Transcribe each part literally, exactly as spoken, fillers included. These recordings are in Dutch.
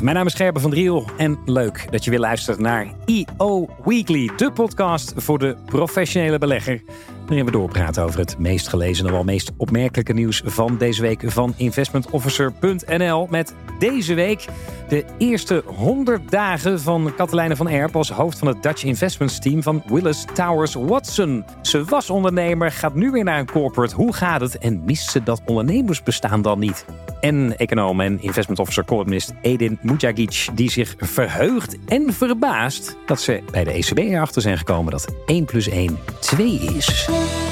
Mijn naam is Gerben van Driel en leuk dat je weer luistert naar I O Weekly, de podcast voor de professionele belegger. Waarin we doorpraten over het meest gelezen en wel meest opmerkelijke nieuws van deze week van investment officer punt n l. Met deze week de eerste honderd dagen van Katelijne van Erp als hoofd van het Dutch Investments Team van Willis Towers Watson. Ze was ondernemer, gaat nu weer naar een corporate. Hoe gaat het en mist ze dat ondernemersbestaan dan niet? En econoom en investment officer columnist Edin Mujagic, die zich verheugt en verbaast dat ze bij de E C B erachter zijn gekomen dat één plus één twee is.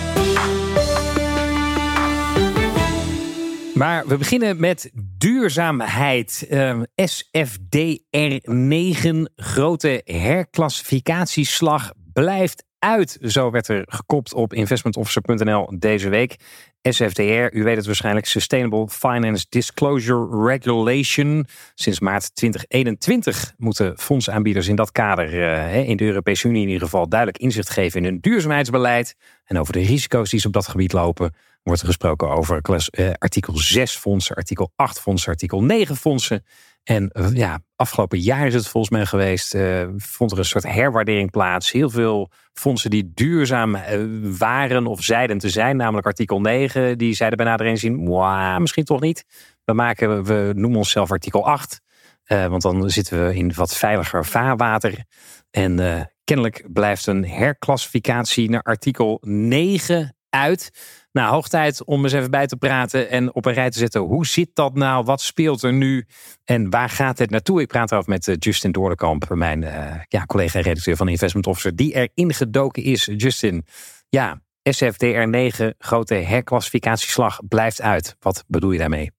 Maar we beginnen met duurzaamheid. Uh, S F D R negen, grote herklassificatieslag, blijft uit. Zo werd er gekopt op investment officer punt n l deze week. S F D R, u weet het waarschijnlijk, Sustainable Finance Disclosure Regulation. Sinds maart twintig eenentwintig moeten fondsaanbieders in dat kader, uh, in de Europese Unie in ieder geval, duidelijk inzicht geven in hun duurzaamheidsbeleid. En over de risico's die ze op dat gebied lopen wordt er gesproken over klas, uh, artikel zes fondsen, artikel acht fondsen, artikel negen fondsen. En uh, ja, afgelopen jaar is het volgens mij geweest, uh, vond er een soort herwaardering plaats. Heel veel fondsen die duurzaam uh, waren of zeiden te zijn, namelijk artikel negen, die zeiden bij nader inzien, misschien toch niet. We, maken, we noemen onszelf artikel acht, uh, want dan zitten we in wat veiliger vaarwater. En uh, kennelijk blijft een herklassificatie naar artikel negen uit. Nou, hoog tijd om eens even bij te praten en op een rij te zetten. Hoe zit dat nou? Wat speelt er nu? En waar gaat het naartoe? Ik praat erover met Justin Doordekamp, mijn uh, ja, collega-redacteur van Investment Officer, die erin gedoken is. Justin, ja, S F D R negen, grote herklassificatieslag, blijft uit. Wat bedoel je daarmee?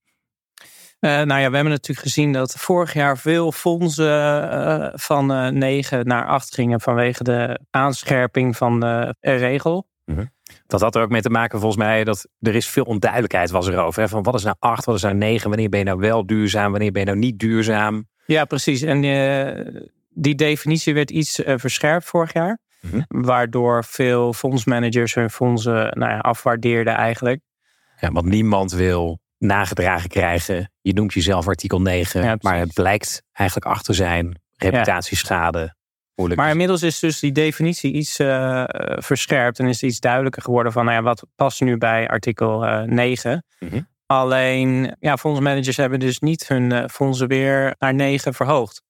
Uh, nou ja, we hebben natuurlijk gezien dat vorig jaar veel fondsen uh, van uh, negen naar acht gingen vanwege de aanscherping van de regel. Mm-hmm. Dat had er ook mee te maken volgens mij dat er is veel onduidelijkheid was erover. Hè? Van wat is nou acht, wat is nou negen, wanneer ben je nou wel duurzaam, wanneer ben je nou niet duurzaam? Ja, precies. En uh, die definitie werd iets uh, verscherpt vorig jaar. Mm-hmm. Waardoor veel fondsmanagers hun fondsen nou ja, afwaardeerden eigenlijk. Ja, want niemand wil nagedragen krijgen. Je noemt jezelf artikel negen, ja, maar het blijkt eigenlijk acht te zijn. Reputatieschade. Ja. Maar inmiddels is dus die definitie iets uh, verscherpt en is het iets duidelijker geworden van nou ja, wat past nu bij artikel uh, negen. Mm-hmm. Alleen ja, fondsmanagers hebben dus niet hun uh, fondsen weer naar negen verhoogd.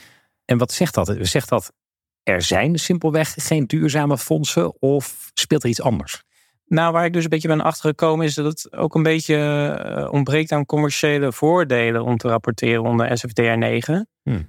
En wat zegt dat? Zegt dat er zijn simpelweg geen duurzame fondsen of speelt er iets anders? Nou, waar ik dus een beetje ben achtergekomen is dat het ook een beetje uh, ontbreekt aan commerciële voordelen om te rapporteren onder S F D R negen. Hmm.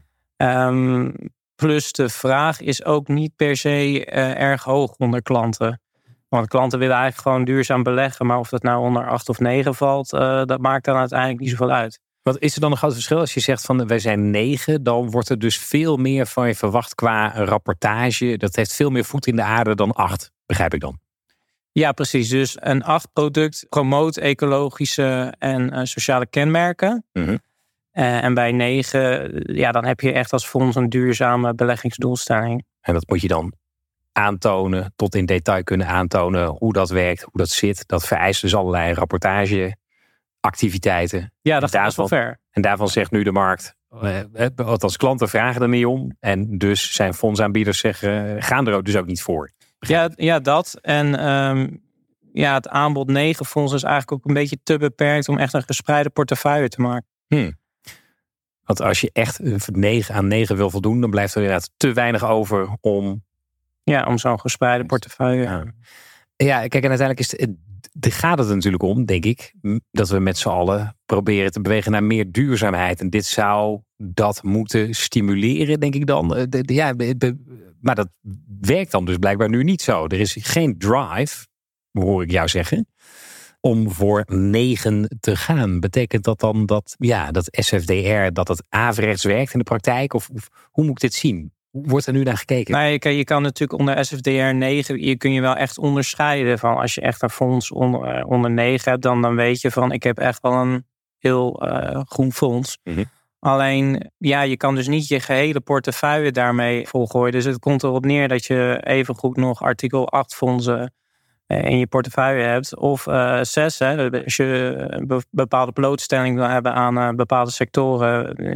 Um, Plus de vraag is ook niet per se uh, erg hoog onder klanten. Want klanten willen eigenlijk gewoon duurzaam beleggen. Maar of dat nou onder acht of negen valt, uh, dat maakt dan uiteindelijk niet zoveel uit. Wat is er dan een groot verschil? Als je zegt van wij zijn negen, dan wordt er dus veel meer van je verwacht qua rapportage. Dat heeft veel meer voet in de aarde dan acht, begrijp ik dan. Ja, precies. Dus een acht product promoot ecologische en uh, sociale kenmerken. Mm-hmm. Uh, en bij negen, ja, dan heb je echt als fonds een duurzame beleggingsdoelstelling. En dat moet je dan aantonen, tot in detail kunnen aantonen hoe dat werkt, hoe dat zit. Dat vereist dus allerlei rapportageactiviteiten. Ja, dat gaat wel ver. En daarvan zegt nu de markt, uh, althans klanten vragen er niet om. En dus zijn fondsaanbieders zeggen, gaan er dus ook niet voor. Ja, ja, dat. En um, ja, het aanbod negen fondsen is eigenlijk ook een beetje te beperkt om echt een gespreide portefeuille te maken. Hmm. Want als je echt negen aan negen wil voldoen, dan blijft er inderdaad te weinig over om... Ja, om zo'n gespreide portefeuille. Ja, ja kijk, en uiteindelijk is het, er gaat het natuurlijk om, denk ik, dat we met z'n allen proberen te bewegen naar meer duurzaamheid. En dit zou dat moeten stimuleren, denk ik dan. De, de, ja, maar dat werkt dan dus blijkbaar nu niet zo. Er is geen drive, hoor ik jou zeggen, om voor negen te gaan. Betekent dat dan dat, ja, dat S F D R, dat het averechts werkt in de praktijk? Of, of hoe moet ik dit zien? Hoe wordt er nu naar gekeken? Nou, je, kan, je kan natuurlijk onder S F D R negen, je kun je wel echt onderscheiden van als je echt een fonds onder, onder negen hebt, dan, dan weet je van ik heb echt wel een heel uh, groen fonds. Mm-hmm. Alleen, ja, je kan dus niet je gehele portefeuille daarmee volgooien. Dus het komt erop neer dat je evengoed nog artikel acht fondsen in je portefeuille hebt. Of uh, zes, hè, als je een bepaalde blootstelling wil hebben aan uh, bepaalde sectoren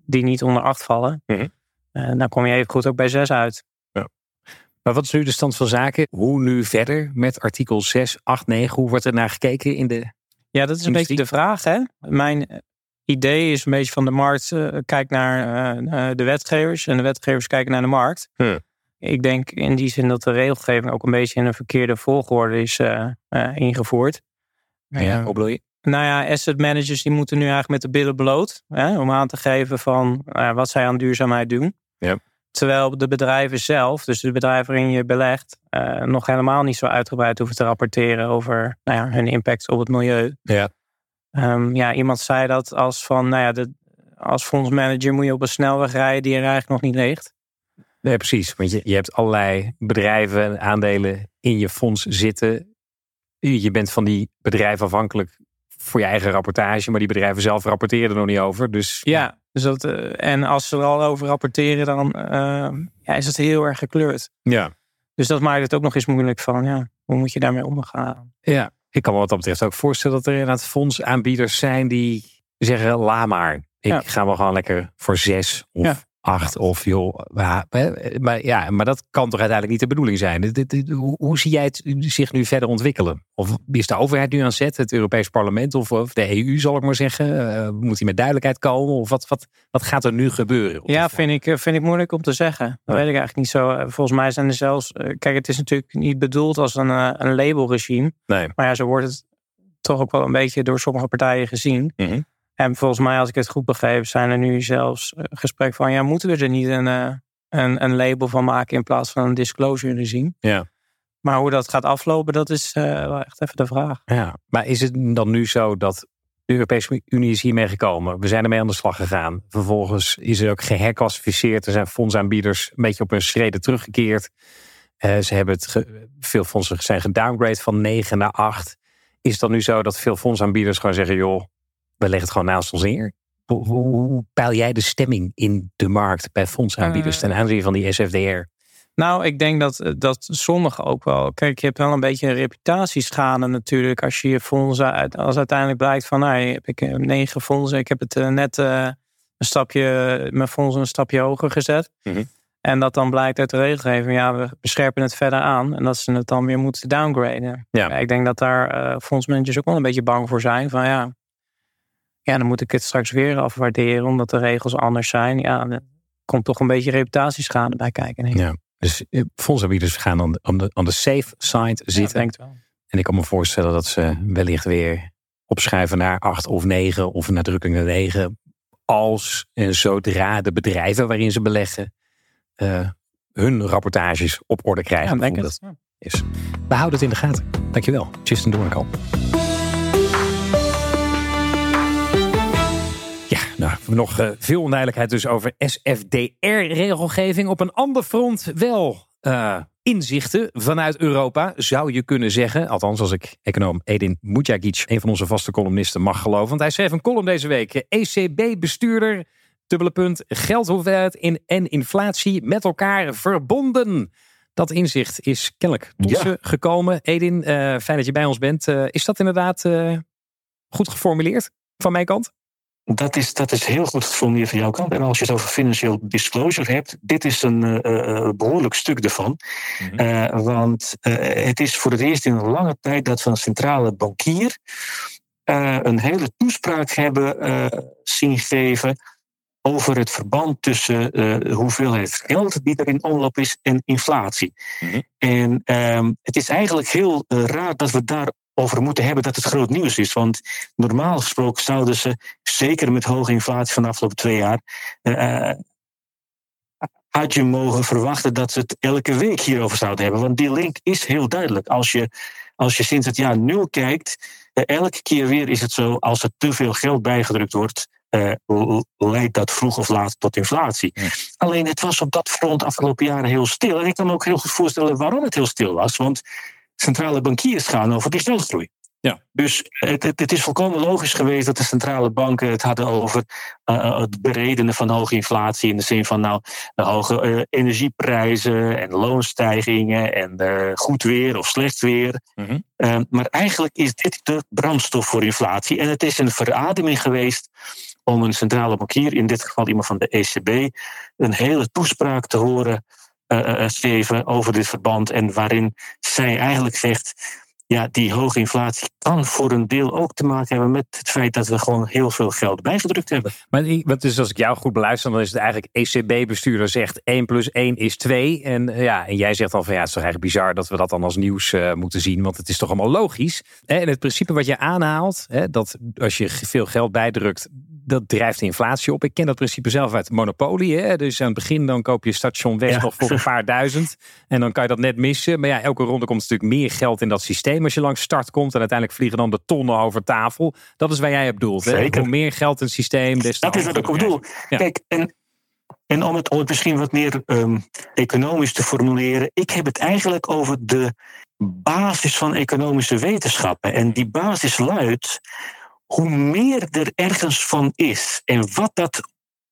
die niet onder acht vallen. Mm-hmm. Uh, dan kom je even goed ook bij zes uit. Ja. Maar wat is nu de stand van zaken? Hoe nu verder met artikel zes, acht, negen? Hoe wordt er naar gekeken in de Ja, dat is een industrie? beetje de vraag. Hè? Mijn idee is een beetje van de markt uh, kijkt naar uh, de wetgevers. En de wetgevers kijken naar de markt. Hmm. Ik denk in die zin dat de regelgeving ook een beetje in een verkeerde volgorde is uh, uh, ingevoerd. Ja, uh, hoe bedoel je? Nou ja, asset managers die moeten nu eigenlijk met de billen bloot. Hè, om aan te geven van uh, wat zij aan duurzaamheid doen. Ja. Terwijl de bedrijven zelf, dus de bedrijven waarin je belegt, uh, nog helemaal niet zo uitgebreid hoeven te rapporteren over nou ja, hun impact op het milieu. Ja. Um, ja, iemand zei dat als van, nou ja, de, als fondsmanager moet je op een snelweg rijden die er eigenlijk nog niet ligt. Nee, precies. Want je, je hebt allerlei bedrijven en aandelen in je fonds zitten. Je bent van die bedrijven afhankelijk voor je eigen rapportage, maar die bedrijven zelf rapporteren er nog niet over. Dus ja. Dus dat, uh, en als ze er al over rapporteren, dan uh, ja, is het heel erg gekleurd. Ja. Dus dat maakt het ook nog eens moeilijk van, ja, hoe moet je daarmee omgaan? Ja, ik kan me wat dat betreft ook voorstellen dat er inderdaad fondsaanbieders zijn die zeggen, laat maar. Ik ja. ga wel gewoon lekker voor zes of ja. acht of joh. Maar, maar, ja, maar dat kan toch uiteindelijk niet de bedoeling zijn. Hoe, hoe zie jij het zich nu verder ontwikkelen? Of is de overheid nu aan zet, het Europees Parlement of, of de E U zal ik maar zeggen? Uh, moet die met duidelijkheid komen? Of wat, wat, wat gaat er nu gebeuren? Ja, vind ik, vind ik moeilijk om te zeggen. Dat ja. weet ik eigenlijk niet zo. Volgens mij zijn er zelfs... Kijk, het is natuurlijk niet bedoeld als een, een labelregime. Nee. Maar ja, zo wordt het toch ook wel een beetje door sommige partijen gezien. Mm-hmm. En volgens mij, als ik het goed begreep, zijn er nu zelfs gesprek van, ja, moeten we er niet een, een, een label van maken in plaats van een disclosure regime? Ja. Maar hoe dat gaat aflopen, dat is uh, wel echt even de vraag. Ja, maar is het dan nu zo dat de Europese Unie is hiermee gekomen? We zijn ermee aan de slag gegaan. Vervolgens is het ook geherklassificeerd. Er zijn fondsaanbieders een beetje op hun schreden teruggekeerd. Uh, ze hebben het ge- veel fondsen zijn gedowngrade van negen naar acht. Is het dan nu zo dat veel fondsaanbieders gewoon zeggen, joh, we leggen het gewoon naast ons neer? Hoe, hoe, hoe peil jij de stemming in de markt bij fondsaanbieders uh, ten aanzien van die S F D R? Nou, ik denk dat, dat sommigen ook wel... Kijk, je hebt wel een beetje een reputatieschade natuurlijk. Als je je fondsen... Uit, als uiteindelijk blijkt van... Nou, heb ik negen fondsen. Ik heb het uh, net uh, een stapje... Mijn fondsen een stapje hoger gezet. Mm-hmm. En dat dan blijkt uit de regelgeving... Ja, we bescherpen het verder aan. En dat ze het dan weer moeten downgraden. Ja. Ja, ik denk dat daar uh, fondsmanagers ook wel een beetje bang voor zijn. Van ja... Ja, dan moet ik het straks weer afwaarderen... Omdat de regels anders zijn. Ja, er komt toch een beetje reputatieschade bij kijken. Denk ik. Ja. Dus fondsaanbieders gaan aan de, aan, de, aan de safe side zitten. Ja, denk wel. En ik kan me voorstellen dat ze wellicht weer opschuiven naar acht of negen of nadrukkelijk naar negen. Als en zodra de bedrijven waarin ze beleggen uh, hun rapportages op orde krijgen. Ja, denk het. Ja. Is. We houden het in de gaten. Dankjewel, Tristan Doornkamp. Nou, nog uh, veel onduidelijkheid dus over S F D R-regelgeving. Op een ander front wel uh, inzichten vanuit Europa, zou je kunnen zeggen. Althans, als ik econoom Edin Mujagic, een van onze vaste columnisten, mag geloven. Want hij schreef een column deze week. E C B-bestuurder, dubbele punt, geldhoeveelheid in en inflatie met elkaar verbonden. Dat inzicht is kennelijk tot ze ja. gekomen. Edin, uh, fijn dat je bij ons bent. Uh, is dat inderdaad uh, goed geformuleerd van mijn kant? Dat is, dat is heel goed geformuleerd van jouw kant. En als je het over financial disclosure hebt, dit is een uh, behoorlijk stuk ervan. Mm-hmm. Uh, want uh, het is voor het eerst in een lange tijd dat we een centrale bankier uh, een hele toespraak hebben uh, zien geven over het verband tussen uh, de hoeveelheid geld die er in omloop is en inflatie. Mm-hmm. En um, het is eigenlijk heel uh, raar dat we daar over moeten hebben dat het groot nieuws is. Want normaal gesproken zouden ze, zeker met hoge inflatie van de afgelopen twee jaar, uh, had je mogen verwachten dat ze het elke week hierover zouden hebben. Want die link is heel duidelijk. Als je, als je sinds het jaar nul kijkt, uh, elke keer weer is het zo, als er te veel geld bijgedrukt wordt, uh, leidt dat vroeg of laat tot inflatie. Ja. Alleen het was op dat front afgelopen jaren heel stil. En ik kan me ook heel goed voorstellen waarom het heel stil was. Want centrale bankiers gaan over die geldgroei. Ja. Dus het, het, het is volkomen logisch geweest dat de centrale banken het hadden over uh, het beredenen van hoge inflatie. In de zin van nou, hoge uh, energieprijzen en loonstijgingen en uh, goed weer of slecht weer. Mm-hmm. Uh, maar eigenlijk is dit de brandstof voor inflatie. En het is een verademing geweest om een centrale bankier, in dit geval iemand van de E C B, een hele toespraak te horen uh, geven over dit verband. En waarin zij eigenlijk zegt, ja, die hoge inflatie kan voor een deel ook te maken hebben met het feit dat we gewoon heel veel geld bijgedrukt hebben. Maar wat dus als ik jou goed beluister, dan is het eigenlijk E C B-bestuurder zegt één plus één is twee. En, ja, en jij zegt dan van ja, het is toch eigenlijk bizar dat we dat dan als nieuws uh, moeten zien, want het is toch allemaal logisch. En het principe wat je aanhaalt, hè, dat als je veel geld bijdrukt, dat drijft de inflatie op. Ik ken dat principe zelf uit Monopoly. Hè? Dus aan het begin dan koop je Station West ja. nog voor een paar duizend. En dan kan je dat net missen. Maar ja, elke ronde komt natuurlijk meer geld in dat systeem als je langs start komt. En uiteindelijk vliegen dan de tonnen over tafel. Dat is waar jij op bedoelt. Hè? Hoe meer geld in het systeem, des te dat is wat ik op bedoel. Ja. Kijk, en, en om, het, om het misschien wat meer um, economisch te formuleren. Ik heb het eigenlijk over de basis van economische wetenschappen. En die basis luidt, hoe meer er ergens van is en wat dat,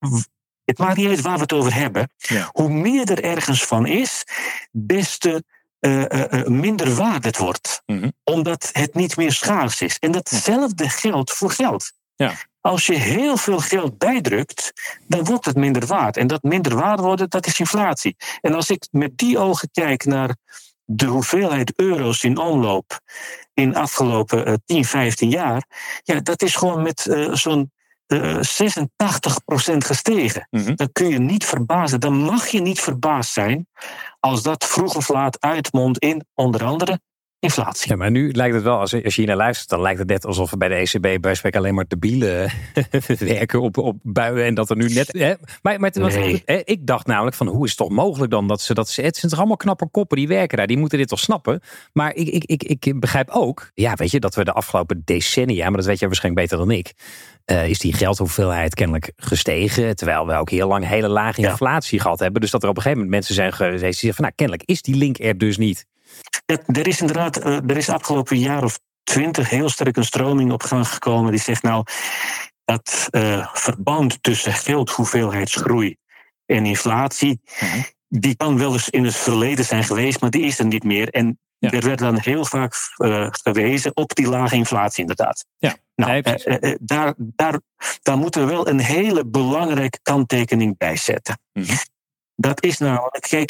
het maakt niet uit waar we het over hebben, ja. hoe meer er ergens van is, des te uh, uh, minder waarde het wordt. Mm-hmm. Omdat het niet meer schaars is. En datzelfde geldt voor geld. Ja. Als je heel veel geld bijdrukt, dan wordt het minder waard. En dat minder waard worden, dat is inflatie. En als ik met die ogen kijk naar de hoeveelheid euro's in omloop in de afgelopen uh, tien, vijftien jaar, ja, dat is gewoon met uh, zo'n uh, zesentachtig procent gestegen. Mm-hmm. Dan kun je niet verbazen, dan mag je niet verbaasd zijn als dat vroeg of laat uitmondt in onder andere inflatie. Ja, maar nu lijkt het wel, als je hier naar luistert, dan lijkt het net alsof we bij de E C B bij spreken alleen maar debielen werken op, op buien en dat er nu net. Hè, maar maar nee. wat, ik dacht namelijk van hoe is het toch mogelijk dan dat ze dat ze het zijn toch allemaal knappe koppen die werken daar, die moeten dit toch snappen. Maar ik, ik, ik, ik begrijp ook, ja, weet je, dat we de afgelopen decennia, maar dat weet jij waarschijnlijk beter dan ik, uh, is die geldhoeveelheid kennelijk gestegen, terwijl we ook heel lang hele lage inflatie ja. gehad hebben. Dus dat er op een gegeven moment mensen zijn geweest die zeggen van nou, kennelijk is die link er dus niet. Ja, er is inderdaad, uh, er is afgelopen jaar of twintig heel sterk een stroming op gang gekomen die zegt nou dat uh, verband tussen geldhoeveelheidsgroei en inflatie, mm-hmm. die kan wel eens in het verleden zijn geweest, maar die is er niet meer. En ja. er werd dan heel vaak uh, gewezen op die lage inflatie inderdaad. Ja. Nou, nee, uh, uh, daar, daar, daar moeten we wel een hele belangrijke kanttekening bij zetten. Mm-hmm. Dat is namelijk, kijk,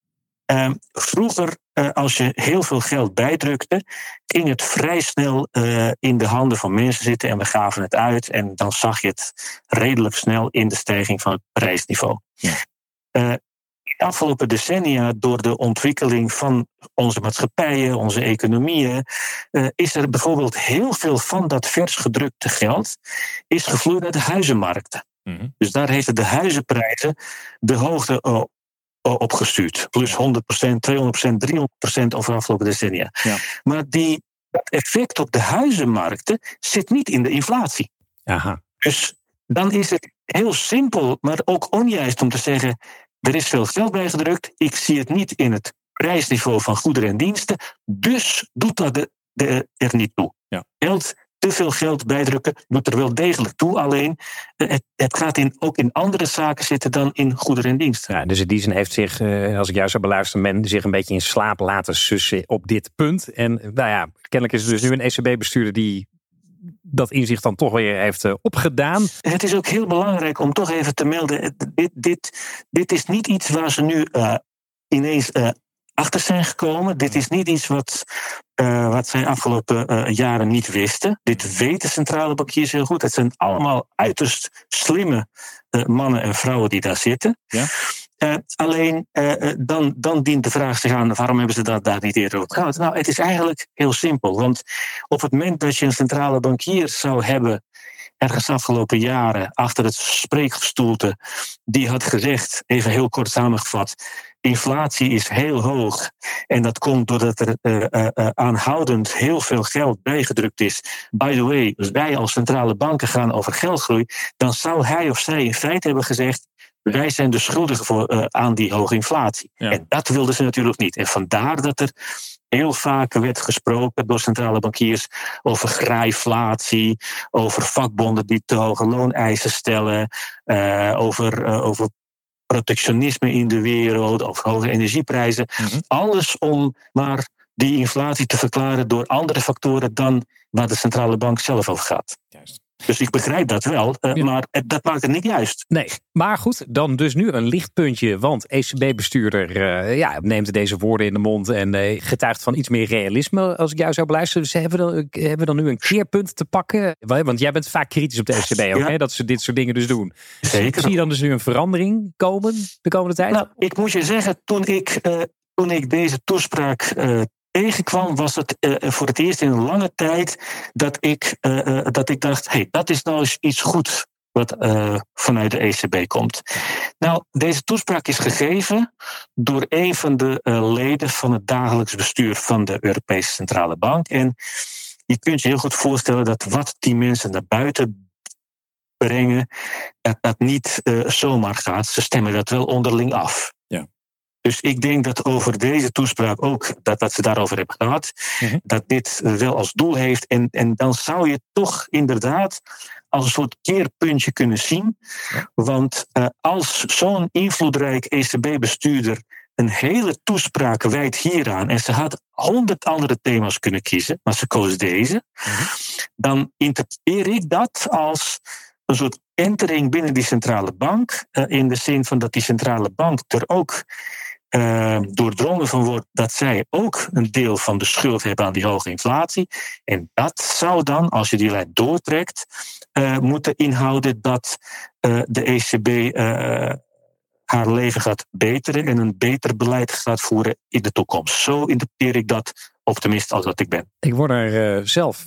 Uh, vroeger, uh, als je heel veel geld bijdrukte, ging het vrij snel uh, in de handen van mensen zitten en we gaven het uit en dan zag je het redelijk snel in de stijging van het prijsniveau. Ja. Uh, in de afgelopen decennia, door de ontwikkeling van onze maatschappijen, onze economieën, uh, is er bijvoorbeeld heel veel van dat vers gedrukte geld is gevloeid naar de huizenmarkten. Mm-hmm. Dus daar heeft de huizenprijzen de hoogte uh, opgestuurd. Plus honderd procent, tweehonderd procent, driehonderd procent over de afgelopen decennia. Ja. Maar die, dat effect op de huizenmarkten zit niet in de inflatie. Aha. Dus dan is het heel simpel, maar ook onjuist om te zeggen, er is veel geld bijgedrukt, ik zie het niet in het prijsniveau van goederen en diensten, dus doet dat de, de, er niet toe. Ja. Geld, te veel geld bijdrukken doet er wel degelijk toe, alleen het, het gaat in, ook in andere zaken zitten dan in goederen en diensten. Ja, dus in die zin heeft zich, als ik jou zou beluisteren, men zich een beetje in slaap laten sussen op dit punt. En nou ja, kennelijk is er dus nu een E C B-bestuurder die dat inzicht dan toch weer heeft uh, opgedaan. Het is ook heel belangrijk om toch even te melden, dit, dit, dit is niet iets waar ze nu uh, ineens uh, achter zijn gekomen. Dit is niet iets wat, uh, wat zij afgelopen uh, jaren niet wisten. Dit weten centrale bankiers heel goed. Het zijn allemaal uiterst slimme uh, mannen en vrouwen die daar zitten. Ja. Uh, alleen uh, dan, dan dient de vraag zich aan, waarom hebben ze dat daar niet eerder over gehad? Nou, het is eigenlijk heel simpel. Want op het moment dat je een centrale bankier zou hebben, ergens afgelopen jaren, achter het spreekgestoelte, die had gezegd, even heel kort samengevat, inflatie is heel hoog en dat komt doordat er uh, uh, uh, aanhoudend heel veel geld bijgedrukt is. By the way, als wij als centrale banken gaan over geldgroei, dan zou hij of zij in feite hebben gezegd, wij zijn de schuldigen voor, uh, aan die hoge inflatie. Ja. En dat wilden ze natuurlijk niet. En vandaar dat er heel vaak werd gesproken door centrale bankiers over graaiflatie, over vakbonden die te hoge looneisen stellen, uh, over, uh, over protectionisme in de wereld, over hoge energieprijzen. Mm-hmm. Alles om maar die inflatie te verklaren door andere factoren dan waar de centrale bank zelf over gaat. Juist. Dus ik begrijp dat wel, uh, ja. maar uh, dat maakt het niet juist. Nee, maar goed, dan dus nu een lichtpuntje. Want E C B-bestuurder uh, ja, neemt deze woorden in de mond en uh, getuigt van iets meer realisme als ik jou zou beluisteren. Dus hebben we dan, hebben we dan nu een keerpunt te pakken? Want jij bent vaak kritisch op de E C B ook, ja. hè, dat ze dit soort dingen dus doen. Zeker. Zie je dan dus nu een verandering komen de komende tijd? Nou, ik moet je zeggen, toen ik, uh, toen ik deze toespraak uh, tegenkwam, was het uh, voor het eerst in een lange tijd dat ik, uh, uh, dat ik dacht, hey, dat is nou eens iets goeds wat uh, vanuit de E C B komt. Nou, deze toespraak is gegeven door een van de uh, leden van het dagelijks bestuur van de Europese Centrale Bank. En je kunt je heel goed voorstellen dat wat die mensen naar buiten brengen, dat dat niet uh, zomaar gaat. Ze stemmen dat wel onderling af. Ja. Dus ik denk dat over deze toespraak ook, dat wat ze daarover hebben gehad, mm-hmm. dat dit wel als doel heeft. En, en dan zou je toch inderdaad als een soort keerpuntje kunnen zien. Ja. Want uh, als zo'n invloedrijk E C B-bestuurder een hele toespraak wijdt hieraan, en ze had honderd andere thema's kunnen kiezen, maar ze koos deze, mm-hmm. dan interpreteer ik dat als een soort entering binnen die centrale bank, uh, in de zin van dat die centrale bank er ook Uh, doordrongen van wordt dat zij ook een deel van de schuld hebben aan die hoge inflatie. En dat zou dan, als je die lijn doortrekt, uh, moeten inhouden dat uh, de E C B uh, haar leven gaat beteren en een beter beleid gaat voeren in de toekomst. Zo interpreteer ik dat, optimist als dat ik ben. Ik word er uh, zelf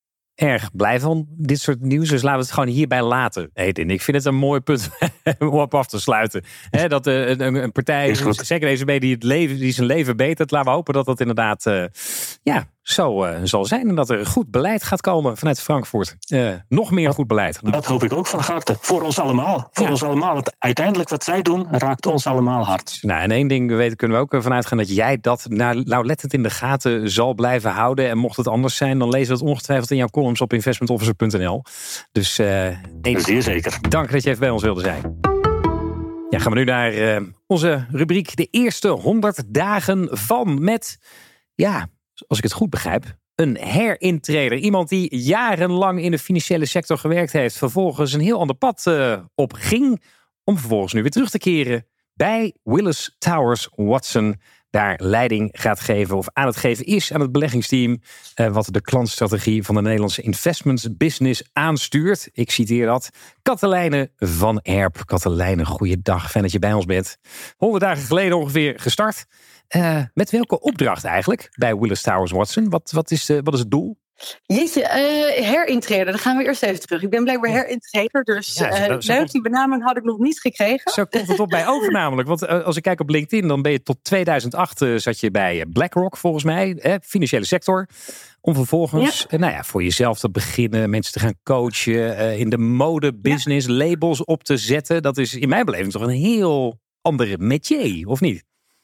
erg blij van, dit soort nieuws. Dus laten we het gewoon hierbij laten, Edin. Ik vind het een mooi punt om op af te sluiten. He, dat uh, een, een partij, zeker deze B, die, het leven, die zijn leven betert, laten we hopen dat dat inderdaad uh, ja, zo uh, zal zijn. En dat er goed beleid gaat komen vanuit Frankfurt. Uh, nog meer goed beleid. Dat hoop ik ook van harte. Voor ons allemaal. Voor ja. ons allemaal. Want uiteindelijk wat zij doen, raakt ons allemaal hard. Nou, en één ding weten, kunnen we ook vanuit gaan dat jij dat nou, nauwlettend in de gaten zal blijven houden. En mocht het anders zijn, dan lezen we het ongetwijfeld in jouw columns op investment officer punt n l. Dus uh, één, zeer zeker. Dank dat je even bij ons wilde zijn. Ja, gaan we nu naar uh, onze rubriek de eerste honderd dagen van met, ja, als ik het goed begrijp, een herintreder. Iemand die jarenlang in de financiële sector gewerkt heeft, vervolgens een heel ander pad uh, opging, om vervolgens nu weer terug te keren bij Willis Towers Watson. Daar leiding gaat geven of aan het geven is aan het beleggingsteam, uh, wat de klantstrategie van de Nederlandse investments business aanstuurt. Ik citeer dat. Katelijne van Erp. Katelijne, goeiedag. Fijn dat je bij ons bent. Honderd dagen geleden ongeveer gestart. Uh, met welke opdracht eigenlijk bij Willis Towers Watson? Wat, wat, is, de, wat is het doel? Jeetje, uh, herintreder. Dan gaan we eerst even terug. Ik ben blijkbaar herintreder, dus ja, zo, uh, zo leuk, komt... die benaming had ik nog niet gekregen. Zo komt het op bij over namelijk. Want uh, als ik kijk op LinkedIn, dan ben je tot tweeduizend acht uh, zat je bij BlackRock volgens mij, hè, financiële sector. Om vervolgens ja. Uh, nou ja, voor jezelf te beginnen, mensen te gaan coachen, uh, in de modebusiness ja. labels op te zetten. Dat is in mijn beleving toch een heel andere métier, of niet?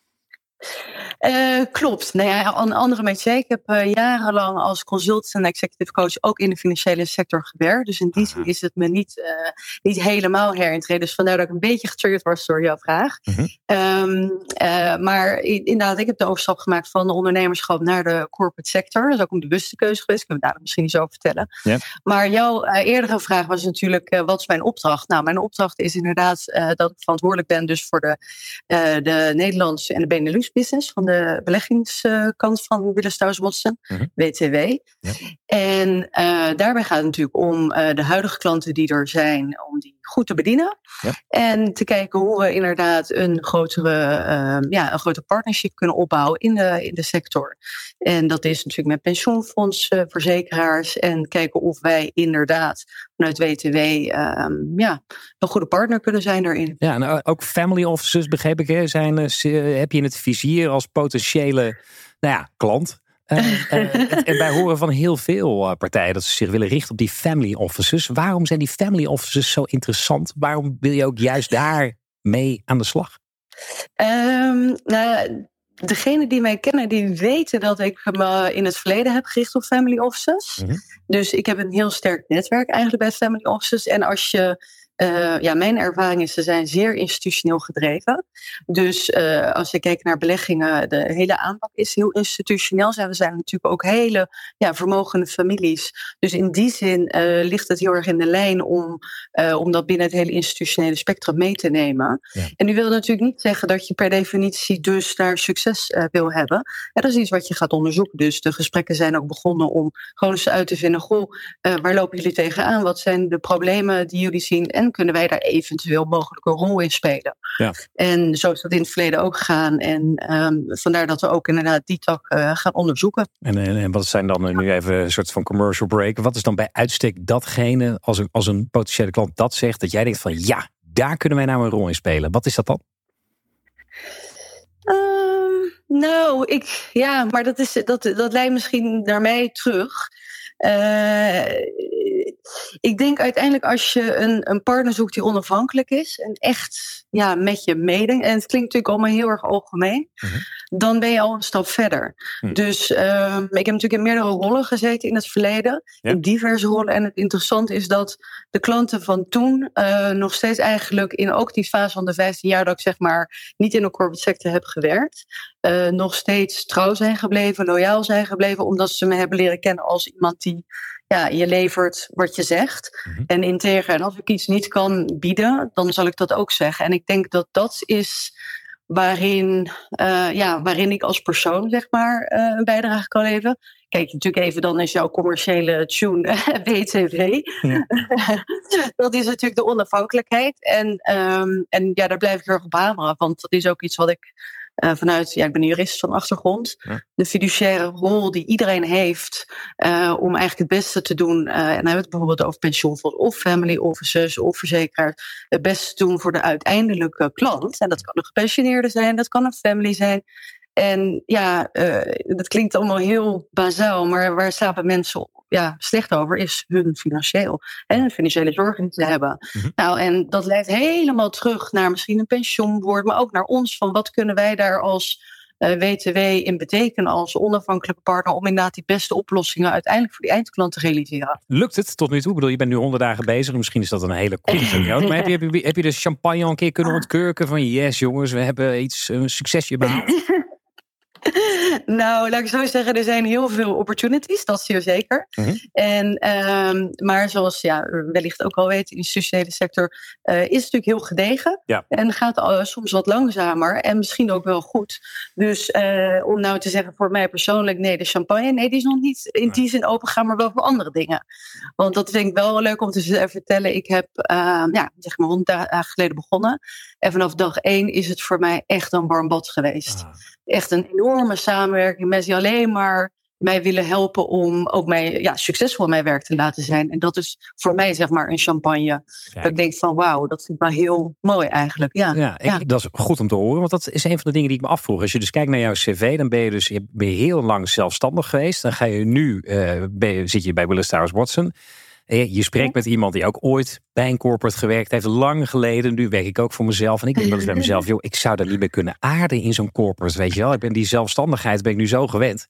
Uh, klopt. Nou ja, een andere métier. Ik heb uh, jarenlang als consultant en executive coach ook in de financiële sector gewerkt. Dus in die zin is het me niet, uh, niet helemaal herintreden. Dus vandaar dat ik een beetje getriggerd was door jouw vraag. Uh-huh. Um, uh, maar inderdaad, ik heb de overstap gemaakt van de ondernemerschap naar de corporate sector. Dat is ook een bewuste keuze geweest. Ik kan daar misschien iets over vertellen. Yep. Maar jouw uh, eerdere vraag was natuurlijk, uh, wat is mijn opdracht? Nou, mijn opdracht is inderdaad uh, dat ik verantwoordelijk ben dus voor de, uh, de Nederlandse en de Benelux business van de de beleggingskant van Willis Towers Watson, uh-huh. W T W. Ja. En uh, daarbij gaat het natuurlijk om uh, de huidige klanten die er zijn, om die goed te bedienen. Ja. En te kijken hoe we inderdaad een grotere, uh, ja, een grotere partnership kunnen opbouwen in de, in de sector. En dat is natuurlijk met pensioenfondsen, verzekeraars en kijken of wij inderdaad vanuit W T W um, ja, een goede partner kunnen zijn daarin. Ja, en ook family offices, begreep ik, hè, zijn, uh, heb je in het vizier als potentiële nou ja, klant. Uh, uh, en wij horen van heel veel uh, partijen dat ze zich willen richten op die family offices. Waarom zijn die family offices zo interessant? Waarom wil je ook juist daar mee aan de slag? Um, nou, degenen die mij kennen, die weten dat ik me in het verleden heb gericht op family offices. Mm-hmm. Dus ik heb een heel sterk netwerk eigenlijk bij family offices. En als je Uh, ja, mijn ervaring is, ze zijn zeer institutioneel gedreven. Dus uh, als je kijkt naar beleggingen, de hele aanpak is heel institutioneel. We zijn natuurlijk ook hele ja, vermogende families. Dus in die zin uh, ligt het heel erg in de lijn om, uh, om dat binnen het hele institutionele spectrum mee te nemen. Ja. En nu wil natuurlijk niet zeggen dat je per definitie dus daar succes uh, wil hebben. Ja, dat is iets wat je gaat onderzoeken. Dus de gesprekken zijn ook begonnen om gewoon eens uit te vinden, goh, uh, waar lopen jullie tegenaan? Wat zijn de problemen die jullie zien? En kunnen wij daar eventueel mogelijk een rol in spelen? Ja. En zo is dat in het verleden ook gegaan. En um, vandaar dat we ook inderdaad die tak uh, gaan onderzoeken. En, en, en wat zijn dan nu even een soort van commercial break? Wat is dan bij uitstek datgene, als een, als een potentiële klant dat zegt, dat jij denkt van ja, daar kunnen wij nou een rol in spelen. Wat is dat dan? Uh, nou, ik, ja, maar dat, is, dat, dat leidt misschien naar mij terug. Uh, ik denk uiteindelijk als je een, een partner zoekt die onafhankelijk is en echt ja, met je meedenkt, en het klinkt natuurlijk allemaal heel erg algemeen, mm-hmm. dan ben je al een stap verder. Mm. Dus uh, ik heb natuurlijk in meerdere rollen gezeten in het verleden, ja. in diverse rollen. En het interessante is dat de klanten van toen uh, nog steeds eigenlijk in ook die fase van de vijftien jaar dat ik zeg maar niet in de corporate sector heb gewerkt, uh, nog steeds trouw zijn gebleven, loyaal zijn gebleven, omdat ze me hebben leren kennen als iemand die ja, je levert wat je zegt. Mm-hmm. En integer. En als ik iets niet kan bieden, dan zal ik dat ook zeggen. En ik denk dat dat is waarin, uh, ja, waarin ik als persoon zeg maar uh, een bijdrage kan leveren. Kijk natuurlijk even dan eens jouw commerciële tune B T W. Ja. Dat is natuurlijk de onafhankelijkheid. En, um, en ja, daar blijf ik heel erg op hameren. Want dat is ook iets wat ik Uh, vanuit, ja, ik ben jurist van achtergrond. Ja. De fiduciaire rol die iedereen heeft uh, om eigenlijk het beste te doen. Uh, en dan hebben we het bijvoorbeeld over pensioenfonds of family offices of verzekeraars. Het beste te doen voor de uiteindelijke klant. En dat kan een gepensioneerde zijn, dat kan een family zijn. En ja, uh, dat klinkt allemaal heel bazaal, maar waar slapen mensen ja, slecht over is hun financieel. En hun financiële zorgen te hebben. Mm-hmm. Nou, en dat leidt helemaal terug naar misschien een pensioenboord, maar ook naar ons van wat kunnen wij daar als uh, W T W in betekenen als onafhankelijke partner om inderdaad die beste oplossingen uiteindelijk voor die eindklant te realiseren. Lukt het tot nu toe? Ik bedoel, je bent nu honderd dagen bezig. Misschien is dat een hele korte periode. Maar heb je, heb, je, heb je de champagne al een keer kunnen ontkurken van yes jongens, we hebben iets, een succesje behaald? Nou, laat ik zo zeggen, er zijn heel veel opportunities, dat zeer zeker. Mm-hmm. En, um, maar zoals ja, wellicht ook al weet, in de institutionele sector uh, is het natuurlijk heel gedegen. Ja. En gaat uh, soms wat langzamer en misschien ook wel goed. Dus uh, om nou te zeggen voor mij persoonlijk, nee, de champagne, nee, die is nog niet in die zin opengegaan, maar wel voor andere dingen. Want dat vind ik wel leuk om te vertellen. Ik heb uh, ja, zeg maar honderd dagen geleden begonnen. En vanaf dag één is het voor mij echt een warm bad geweest. Ah. Echt een enorme samenwerking. Mensen die alleen maar mij willen helpen om ook mij, ja, succesvol in mijn werk te laten zijn. En dat is voor mij zeg maar een champagne. Dat ik denk van wauw, dat vind ik wel heel mooi eigenlijk. Ja, ja, ja. Ik, dat is goed om te horen. Want dat is een van de dingen die ik me afvroeg. Als je dus kijkt naar jouw cv, dan ben je dus ben je heel lang zelfstandig geweest. Dan ga je nu, uh, ben je, zit je bij Willis Towers Watson. Je spreekt met iemand die ook ooit bij een corporate gewerkt heeft, lang geleden. Nu werk ik ook voor mezelf. En ik denk wel eens bij mezelf, joh, ik zou daar niet meer kunnen aarden in zo'n corporate. Weet je wel, ik ben die zelfstandigheid ben ik nu zo gewend.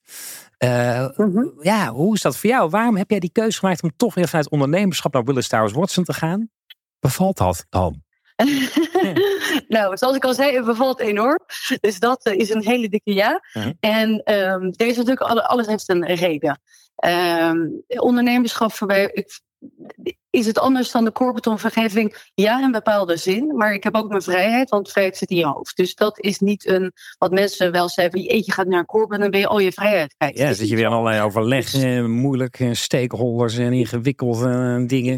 Uh, mm-hmm. Ja, hoe is dat voor jou? Waarom heb jij die keuze gemaakt om toch weer vanuit ondernemerschap naar Willis Towers Watson te gaan? Bevalt dat dan? Ja. Nou, zoals ik al zei, het bevalt enorm. Dus dat uh, is een hele dikke ja. Uh-huh. En um, er is natuurlijk alle, alles heeft een reden. Um, ondernemerschap voor mij, ik, is het anders dan de corporate omgeving? Ja, in bepaalde zin. Maar ik heb ook mijn vrijheid, want vrijheid zit in je hoofd. Dus dat is niet een, wat mensen wel zeggen, je eet, je gaat naar een corporate en dan ben je al je vrijheid kwijt. Ja, dan zit je weer aan allerlei overleg, dus moeilijk, stakeholders en ingewikkelde uh, dingen.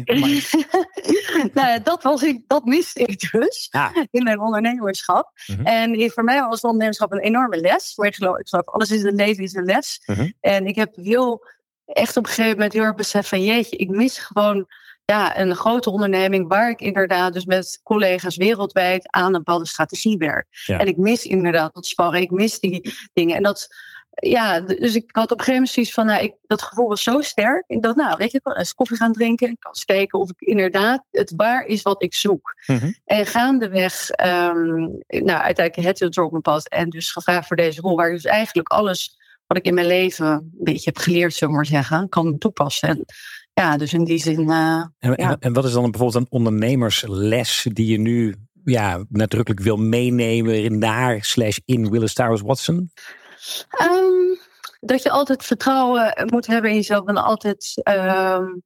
Maar... nou, dat, was ik, dat miste ik dus ja. in mijn ondernemerschap. Uh-huh. En voor mij was ondernemerschap een enorme les. Maar ik geloof, ik geloof alles in het leven is een les. Uh-huh. En ik heb heel, echt op een gegeven moment heel erg besef van jeetje, ik mis gewoon ja, een grote onderneming waar ik inderdaad dus met collega's wereldwijd aan een bepaalde strategie werk. Ja. En ik mis inderdaad dat sparren, ik mis die dingen. En dat, ja, dus ik had op een gegeven moment zoiets van, nou, ik, dat gevoel was zo sterk. Ik dacht, nou, weet je, ik kan eens koffie gaan drinken. Ik kan eens kijken of ik inderdaad het waar is wat ik zoek. Mm-hmm. En gaandeweg, um, nou, uiteindelijk het het op mijn pad en dus gevraagd voor deze rol, waar ik dus eigenlijk alles wat ik in mijn leven een beetje heb geleerd, zullen we maar zeggen, kan toepassen. En ja, dus in die zin... Uh, en, ja. en wat is dan bijvoorbeeld een ondernemersles die je nu ja, nadrukkelijk wil meenemen naar slash in Willis Towers Watson? Um, dat je altijd vertrouwen moet hebben in jezelf en altijd... Um,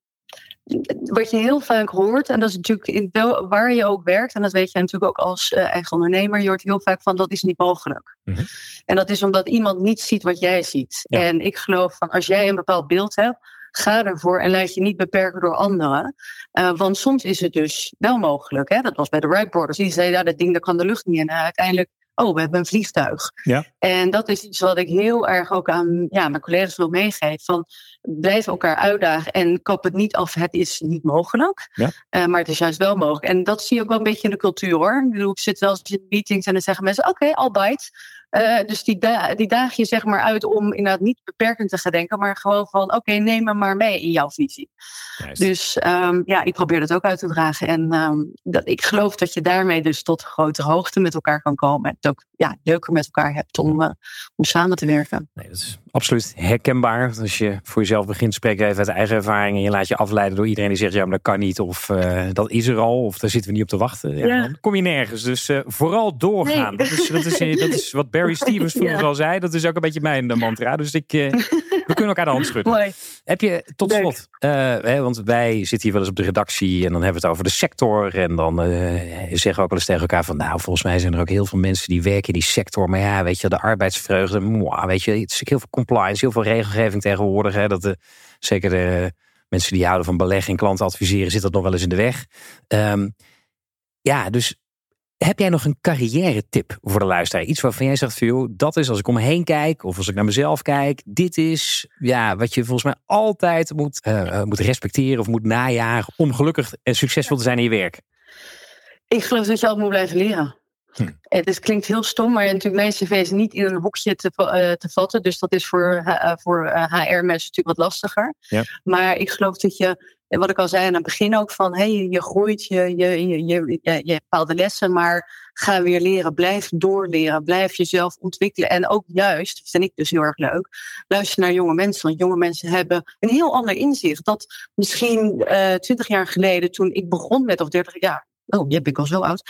wat je heel vaak hoort, en dat is natuurlijk in wel, waar je ook werkt, en dat weet jij natuurlijk ook als uh, eigen ondernemer, je hoort heel vaak van dat is niet mogelijk. Mm-hmm. En dat is omdat iemand niet ziet wat jij ziet. Ja. En ik geloof van als jij een bepaald beeld hebt, ga ervoor en laat je niet beperken door anderen. Uh, want soms is het dus wel mogelijk. Hè? Dat was bij de Wright Brothers. Die zeiden, ja, dat ding dat kan de lucht niet in. En uh, uiteindelijk, oh, we hebben een vliegtuig. Ja. En dat is iets wat ik heel erg ook aan ja, mijn collega's wil meegeven. Van, blijf elkaar uitdagen en kap het niet af. Het is niet mogelijk. Ja. Uh, maar het is juist wel mogelijk. En dat zie je ook wel een beetje in de cultuur, hoor. Ik bedoel, ik zit wel eens in meetings en dan zeggen mensen, oké, okay, I'll bite. Uh, dus die, da- die daag je zeg maar uit om inderdaad niet beperkend te gaan denken, maar gewoon van oké, okay, neem me maar mee in jouw visie. Nice. Dus um, ja, ik probeer dat ook uit te dragen. En um, dat, ik geloof dat je daarmee dus tot grotere hoogte met elkaar kan komen. En het ook ja, leuker met elkaar hebt om, uh, om samen te werken. Nee, dat is absoluut herkenbaar. Als je voor jezelf begint, spreek je even uit eigen ervaring en je laat je afleiden door iedereen die zegt, ja, maar dat kan niet. Of uh, dat is er al. Of daar zitten we niet op te wachten. Ja, ja. Dan kom je nergens. Dus uh, vooral doorgaan. Nee. Dat, is, dat, is, dat is wat Barry Stevens vroeger ja. al zei. Dat is ook een beetje mijn mantra. Dus ik, uh, we kunnen elkaar de hand schudden. Mooi. Heb je tot slot, uh, hè, want wij zitten hier wel eens op de redactie en dan hebben we het over de sector. En dan uh, zeggen we ook wel eens tegen elkaar van, nou, volgens mij zijn er ook heel veel mensen die werken in die sector. Maar ja, weet je, de arbeidsvreugde, mwah, weet je, het is heel veel compliance, heel veel regelgeving tegenwoordig. Hè, dat de, zeker de mensen die houden van beleggen en klanten adviseren, zit dat nog wel eens in de weg. Um, ja, dus heb jij nog een carrière tip voor de luisteraar? Iets waarvan jij zegt, joh, dat is als ik om me heen kijk of als ik naar mezelf kijk, dit is ja, wat je volgens mij altijd moet, uh, moet respecteren of moet najagen om gelukkig en succesvol te zijn in je werk. Ik geloof dat je altijd moet blijven leren. Hm. Het is, klinkt heel stom, maar natuurlijk mijn cv is niet in een hokje te, uh, te vatten. Dus dat is voor, uh, voor uh, H R-mensen natuurlijk wat lastiger. Ja. Maar ik geloof dat je, wat ik al zei aan het begin ook, van hey, je groeit, je, je, je, je, je, je bepaalde lessen, maar ga weer leren. Blijf doorleren, blijf jezelf ontwikkelen. En ook juist, dat vind ik dus heel erg leuk, luister naar jonge mensen. Want jonge mensen hebben een heel ander inzicht. Dat misschien uh, twintig jaar geleden, toen ik begon met, of dertig jaar, oh, jij bent al zo oud.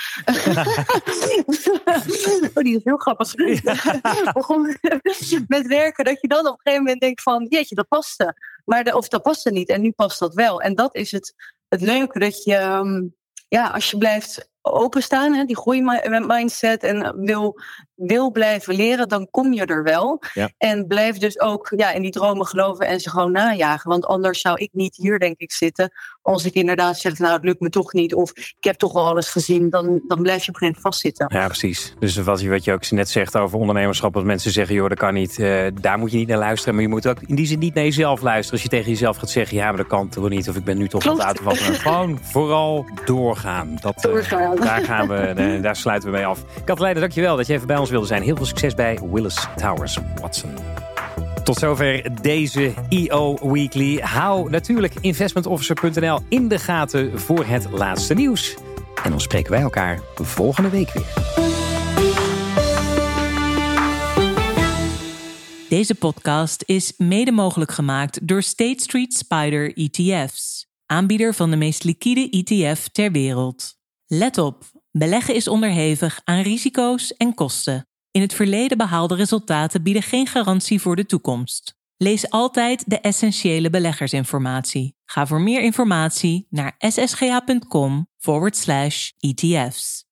Oh, die is heel grappig. Begon met werken, dat je dan op een gegeven moment denkt van, jeetje, dat paste. Maar de, of dat paste niet en nu past dat wel. En dat is het, het leuke, dat je, um, ja, als je blijft openstaan, hè, die groeimindset en wil, wil blijven leren, dan kom je er wel. Ja. En blijf dus ook ja, in die dromen geloven en ze gewoon najagen. Want anders zou ik niet hier, denk ik, zitten. Als ik inderdaad zeg, nou, het lukt me toch niet. Of ik heb toch wel alles gezien. Dan, dan blijf je op een gegeven moment vastzitten. Ja, precies. Dus wat je, wat je ook net zegt over ondernemerschap. Als mensen zeggen, joh, dat kan niet. Uh, daar moet je niet naar luisteren. Maar je moet ook in die zin niet naar jezelf luisteren. Als je tegen jezelf gaat zeggen, ja, maar dat kan toch niet. Of ik ben nu toch wat uit te vatten. Gewoon vooral doorgaan. Dat, uh, doorgaan. Daar, gaan we, uh, daar sluiten we mee af. Katelijne, dankjewel dat je even bij ons wilde zijn. Heel veel succes bij Willis Towers Watson. Tot zover deze I O Weekly. Hou natuurlijk investment officer punt n l in de gaten voor het laatste nieuws. En dan spreken wij elkaar volgende week weer. Deze podcast is mede mogelijk gemaakt door State Street Spider E T F's. Aanbieder van de meest liquide E T F ter wereld. Let op, beleggen is onderhevig aan risico's en kosten. In het verleden behaalde resultaten bieden geen garantie voor de toekomst. Lees altijd de essentiële beleggersinformatie. Ga voor meer informatie naar ssga.com forward slash ETF's.